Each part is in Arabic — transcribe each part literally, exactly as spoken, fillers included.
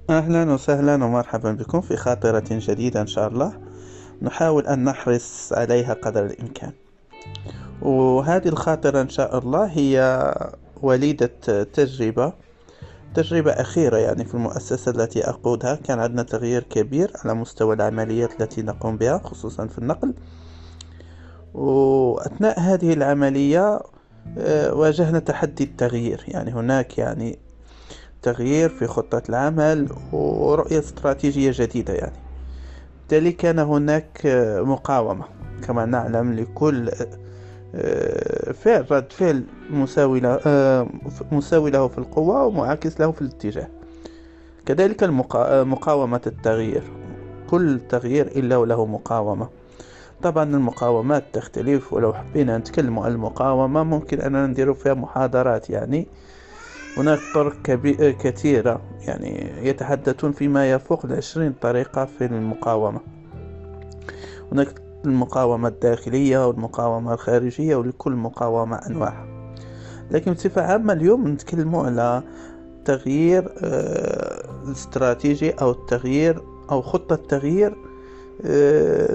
أهلا وسهلا ومرحبا بكم في خاطرة جديدة إن شاء الله. نحاول أن نحرص عليها قدر الإمكان. وهذه الخاطرة إن شاء الله هي وليدة تجربة تجربة أخيرة، يعني في المؤسسة التي أقودها كان عندنا تغيير كبير على مستوى العمليات التي نقوم بها خصوصا في النقل. وأثناء هذه العملية آه، واجهنا تحدي التغيير، يعني هناك يعني تغيير في خطة العمل ورؤية استراتيجية جديدة. يعني بالتالي كان هناك آه، مقاومة. كما نعلم لكل آه، فعل رد فعل مساوي له آه، مساوي له في القوة ومعاكس له في الاتجاه. كذلك المقا- مقاومة التغيير، كل تغيير إلا وله مقاومة. طبعا المقاومات تختلف، ولو حبينا نتكلم عن المقاومة ممكن أننا ندير فيها محاضرات. يعني هناك طرق كبي- كثيرة، يعني يتحدثون فيما يفوق العشرين طريقة في المقاومة. هناك المقاومة الداخلية والمقاومة الخارجية، ولكل مقاومة أنواع. لكن بصفة عامة اليوم نتكلم على تغيير آه، استراتيجي أو التغيير أو خطة تغيير. آه،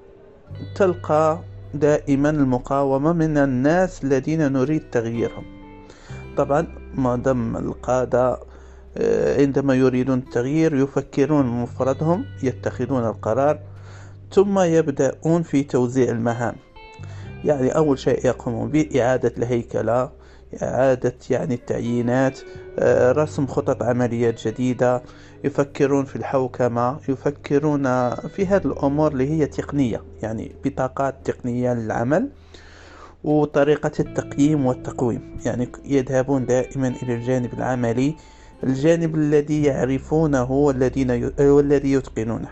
تلقى دائما المقاومة من الناس الذين نريد تغييرهم. طبعا معظم القادة آه، عندما يريدون التغيير يفكرون بمفردهم، يتخذون القرار ثم يبدأون في توزيع المهام. يعني أول شيء يقومون به إعادة الهيكلة، إعادة يعني التعيينات، آه، رسم خطط عمليات جديدة. يفكرون في الحوكمة، يفكرون في هذه الأمور اللي هي تقنية، يعني بطاقات تقنية للعمل وطريقة التقييم والتقويم. يعني يذهبون دائما إلى الجانب العملي، الجانب الذي يعرفونه والذين ي... والذي يتقنونه.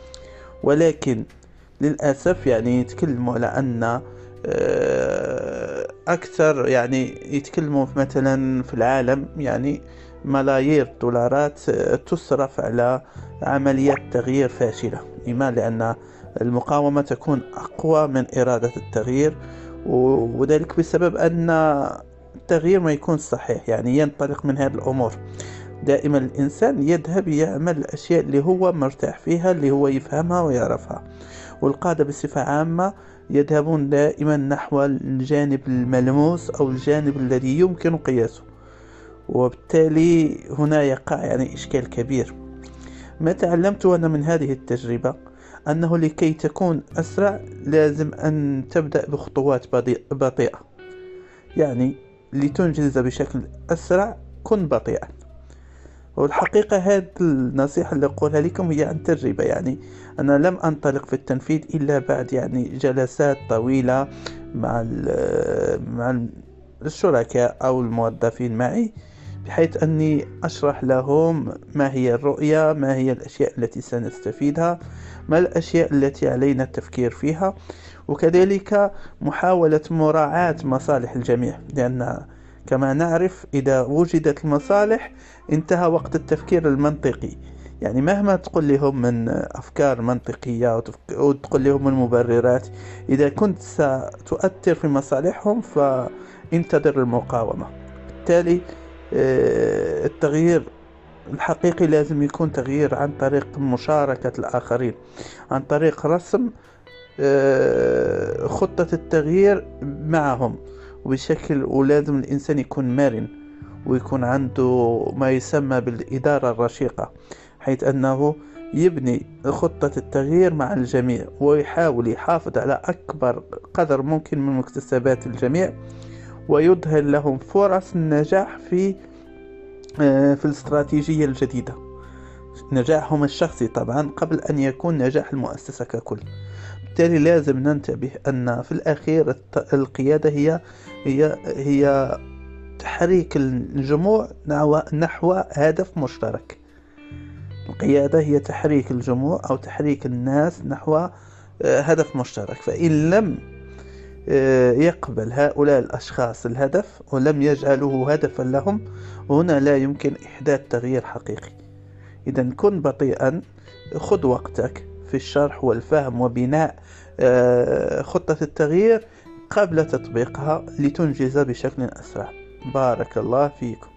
ولكن للأسف يعني يتكلموا على أن آه، أكثر، يعني يتكلموا مثلا في العالم يعني ملايير الدولارات آه، تصرف على عمليات تغيير فاشلة. لما؟ لأن المقاومة تكون أقوى من إرادة التغيير، و- وذلك بسبب أن التغيير ما يكون صحيح. يعني ينطلق من هذه الأمور. دائما الإنسان يذهب يعمل الأشياء اللي هو مرتاح فيها، اللي هو يفهمها ويعرفها. والقادة بصفة عامة يذهبون دائما نحو الجانب الملموس أو الجانب الذي يمكن قياسه، وبالتالي هنا يقع يعني إشكال كبير. ما تعلمت أنا من هذه التجربة أنه لكي تكون أسرع لازم أن تبدأ بخطوات بطيئة بطيئة. يعني لتنجز بشكل أسرع كن بطيئا. والحقيقة هذه النصيحة اللي أقولها لكم هي عن تجربة. يعني أنا لم أنطلق في التنفيذ إلا بعد يعني جلسات طويلة مع ال- مع الشركاء أو الموظفين معي، بحيث أني أشرح لهم ما هي الرؤية، ما هي الأشياء التي سنستفيدها، ما الأشياء التي علينا التفكير فيها. وكذلك محاولة مراعاة مصالح الجميع، لأن كما نعرف إذا وجدت المصالح انتهى وقت التفكير المنطقي. يعني مهما تقول لهم من أفكار منطقية وتفك- وتقول لهم من مبررات، إذا كنت ستؤثر في مصالحهم فانتظر المقاومة. بالتالي آه، التغيير الحقيقي لازم يكون تغيير عن طريق مشاركة الآخرين، عن طريق رسم آه، خطة التغيير معهم وبشكل. ولازم الإنسان يكون مرن ويكون عنده ما يسمى بالإدارة الرشيقة، حيث أنه يبني خطة التغيير مع الجميع ويحاول يحافظ على أكبر قدر ممكن من مكتسبات الجميع، ويظهر لهم فرص النجاح في آه، في الاستراتيجية الجديدة. نجاحهم الشخصي طبعا قبل أن يكون نجاح المؤسسة ككل. بالتالي لازم ننتبه أن في الأخير الت- القيادة هي هي هي تحريك الجموع نحو نحو هدف مشترك. القيادة هي تحريك الجموع أو تحريك الناس نحو آه، هدف مشترك. فإن لم آه، يقبل هؤلاء الأشخاص الهدف ولم يجعلوه هدفا لهم، هنا لا يمكن إحداث تغيير حقيقي. إذا كن بطيئا، خذ وقتك في الشرح والفهم وبناء آه، خطة التغيير قبل تطبيقها لتنجز بشكل أسرع. بارك الله فيكم.